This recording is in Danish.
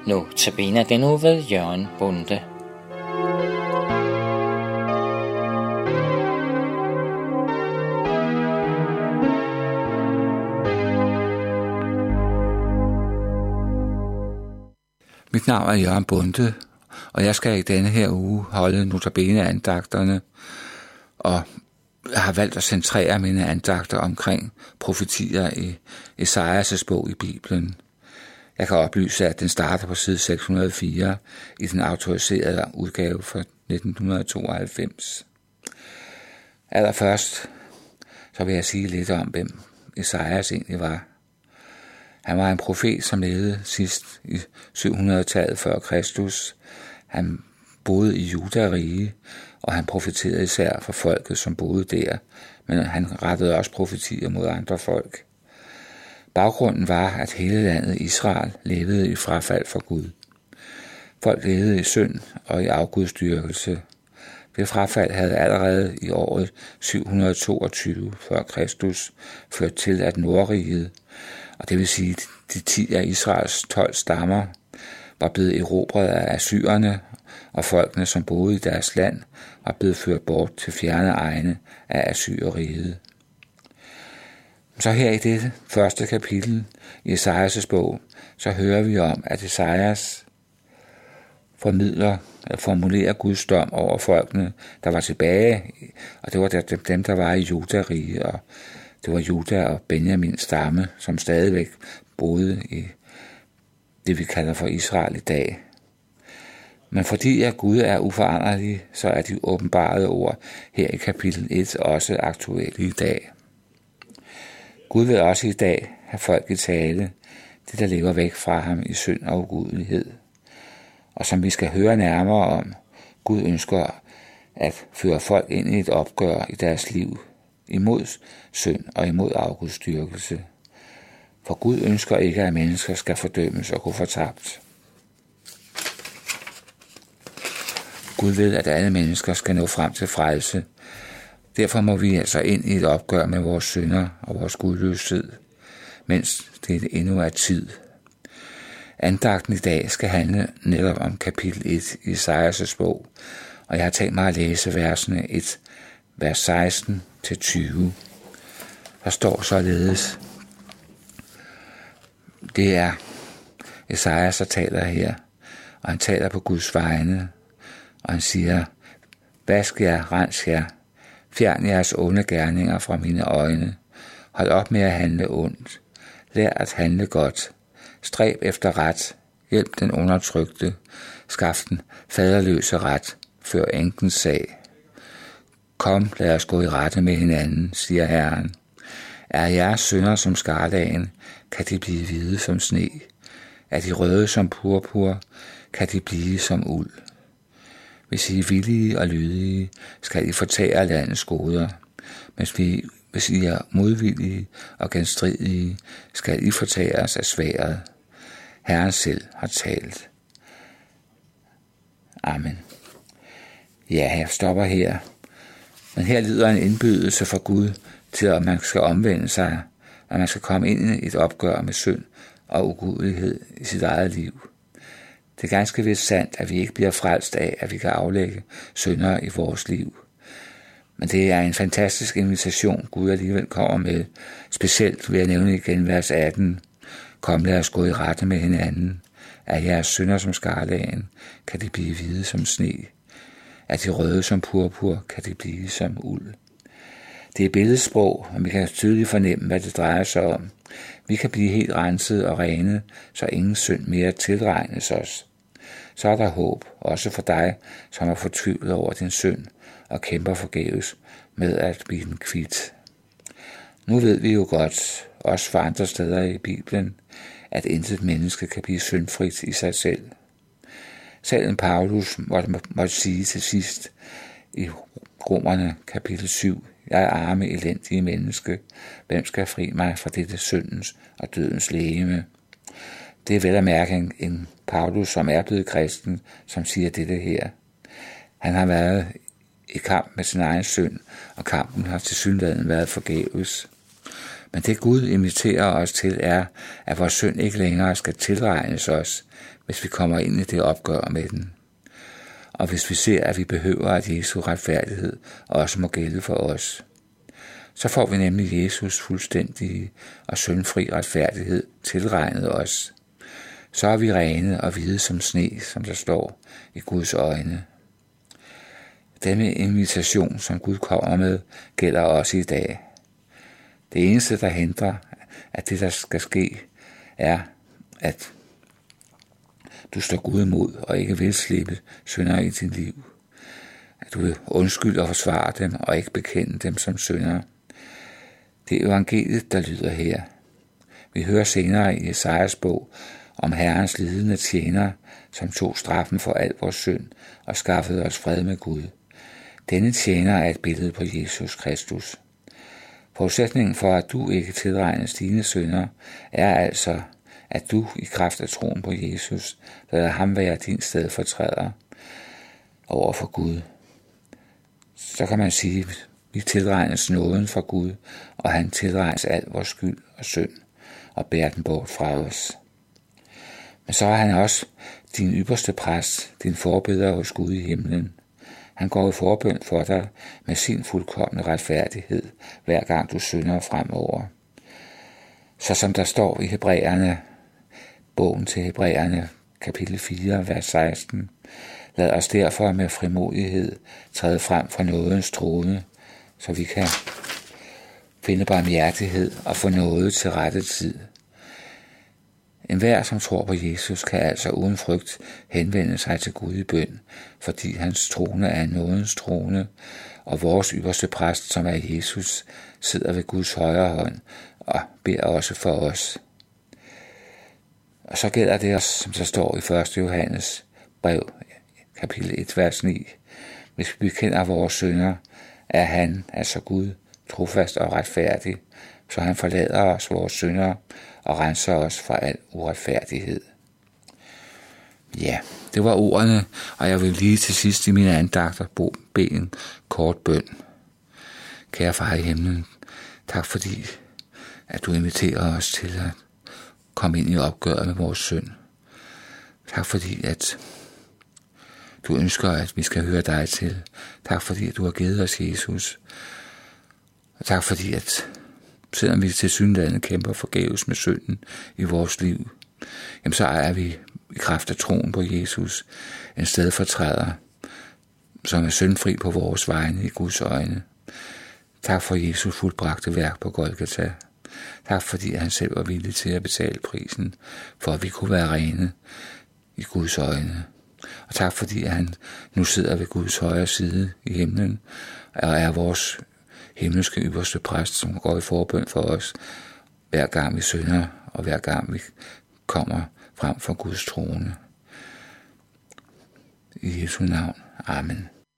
Nu tabiner den nu ved Jørgen Bonde. Mit navn er Jørgen Bonde, og jeg skal i denne her uge holde notabene-andagterne, og jeg har valgt at centrere mine andagter omkring profetier i Esajas' bog i Bibelen. Jeg kan oplyse, at den starter på side 604 i den autoriserede udgave fra 1992. Allerførst så vil jeg sige lidt om, hvem Esajas egentlig var. Han var en profet, som levede sidst i 700-tallet før Kristus. Han boede i Juda-rige, og han profeterede især for folket, som boede der, men han rettede også profetier mod andre folk. Baggrunden var, at hele landet Israel levede i frafald for Gud. Folk levede i synd og i afgudstyrkelse. Det frafald havde allerede i året 722 før Kristus ført til, at Nordriget, og det vil sige de 10 af Israels 12 stammer, var blevet erobret af assyrerne, og folkene, som boede i deres land, var blevet ført bort til fjerne egne af Assyreriget. Så her i dette første kapitel i Esajas' bog, så hører vi om, at Esajas formulerer Guds dom over folkene, der var tilbage, og det var dem, der var i Juda-riget, og det var Juda og Benjamins stamme, som stadigvæk boede i det, vi kalder for Israel i dag. Men fordi at Gud er uforanderlig, så er de åbenbarede ord her i kapitel 1 også aktuelle i dag. Gud vil også i dag have folk i tale, det der ligger væk fra ham i synd og ugudelighed. Og som vi skal høre nærmere om, Gud ønsker at føre folk ind i et opgør i deres liv, imod synd og imod afgudstyrkelse. For Gud ønsker ikke, at mennesker skal fordømmes og gå fortabt. Gud ved, at alle mennesker skal nå frem til frelse. Derfor må vi altså ind i et opgør med vores synder og vores gudløshed, mens det endnu er tid. Andagten i dag skal handle netop om kapitel 1 i Esajas' bog, og jeg har tænkt mig at læse versene 1, vers 16 til 20. Der står således: Det er Esajas, der taler her, og han taler på Guds vegne, og han siger: Vask jer, rens jer, fjern jeres onde gerninger fra mine øjne, hold op med at handle ondt, lær at handle godt, stræb efter ret, hjælp den undertrykte, skaf den faderløse ret, før enkens sag. Kom, lad os gå i rette med hinanden, siger Herren. Er jeres synder som skarlagen, kan de blive hvide som sne. Er de røde som purpur, kan de blive som uld. Hvis I er villige og lydige, skal I fortære landets goder. Hvis I er modvillige og genstridige, skal I fortæres af sværet. Herren selv har talt. Amen. Ja, jeg stopper her. Men her lyder en indbydelse fra Gud til, at man skal omvende sig, at man skal komme ind i et opgør med synd og ugudelighed i sit eget liv. Det er ganske vist sandt, at vi ikke bliver frelst af, at vi kan aflægge synder i vores liv. Men det er en fantastisk invitation, Gud alligevel kommer med. Specielt vil jeg nævne igen vers 18. Kom, lad os gå i rette med hinanden. Er jeres synder som skarlagen, kan de blive hvide som sne. Er de røde som purpur, kan de blive som uld. Det er billedsprog, og vi kan tydeligt fornemme, hvad det drejer sig om. Vi kan blive helt renset og rene, så ingen synd mere tilregnes os. Så er der håb, også for dig, som er fortvivlet over din synd og kæmper forgæves med at blive den kvit. Nu ved vi jo godt, også fra andre steder i Bibelen, at intet menneske kan blive syndfrit i sig selv. Selv Paulus måtte sige til sidst i Romerne kapitel 7, jeg er arme, elendige menneske. Hvem skal fri mig fra dette syndens og dødens legeme? Det er vel at mærke en Paulus, som er blevet kristen, som siger dette her. Han har været i kamp med sin egen synd, og kampen har tilsyneladende været forgæves. Men det Gud inviterer os til er, at vores synd ikke længere skal tilregnes os. hvis vi kommer ind i det opgør med den. Og hvis vi ser, at vi behøver, at Jesu retfærdighed også må gælde for os, så får vi nemlig Jesus fuldstændige og syndfri retfærdighed tilregnet os. Så er vi rene og hvide som sne, som der står i Guds øjne. Denne invitation, som Gud kommer med, gælder også i dag. Det eneste, der hindrer, at det, der skal ske, er, at du står Gud imod og ikke vil slippe synder i dit liv. At du vil undskylde og forsvare dem og ikke bekende dem som syndere. Det er evangeliet, der lyder her. Vi hører senere i Esajas bog om Herrens lidende tjener, som tog straffen for al vores synd og skaffede os fred med Gud. Denne tjener er et billede på Jesus Kristus. Forudsætningen for, at du ikke tilregnes dine synder, er altså, at du i kraft af troen på Jesus lader ham være din stedfortræder over for Gud. Så kan man sige, at vi tilregnes nåden fra Gud, og han tilregnes al vores skyld og synd og bærer den bort fra os. Men så er han også din ypperste præst, din forbeder hos Gud i himlen. Han går i forbøn for dig med sin fuldkomne retfærdighed, hver gang du synder fremover. Så som der står i Hebræerne, bogen til Hebræerne, kapitel 4, vers 16, lad os derfor med frimodighed træde frem for nådens trone, så vi kan finde barmhjertighed og få nåde til rette tid. Enhver, som tror på Jesus, kan altså uden frygt henvende sig til Gud i bøn, fordi hans trone er nådens trone, og vores ypperste præst, som er Jesus, sidder ved Guds højre hånd og beder også for os. Og så gælder det os, som der står i 1. Johannes brev, kapitel 1, vers 9. Hvis vi bekender vores synder, er han, altså Gud, trofast og retfærdig, så han forlader os vores synder og renser os fra al uretfærdighed. Ja, det var ordene, og jeg vil lige til sidst i mine andagter bede en kort bøn. Kære far i himlen, tak fordi, at du inviterer os til at komme ind i opgøret med vores synd. Tak fordi, at du ønsker, at vi skal høre dig til. Tak fordi, at du har givet os Jesus. Og tak fordi, at selvom vi tilsyneladende kæmper forgæves med synden i vores liv, jamen så er vi i kraft af troen på Jesus en stedfortræder, som er syndfri på vores vegne i Guds øjne. Tak for Jesus fuldbragte værk på Golgata. Tak fordi han selv var villig til at betale prisen, for at vi kunne være rene i Guds øjne. Og tak fordi han nu sidder ved Guds højre side i himlen, og er vores himmelske ypperste præst, som går i forbøn for os, hver gang vi synder, og hver gang vi kommer frem for Guds trone. I Jesu navn. Amen.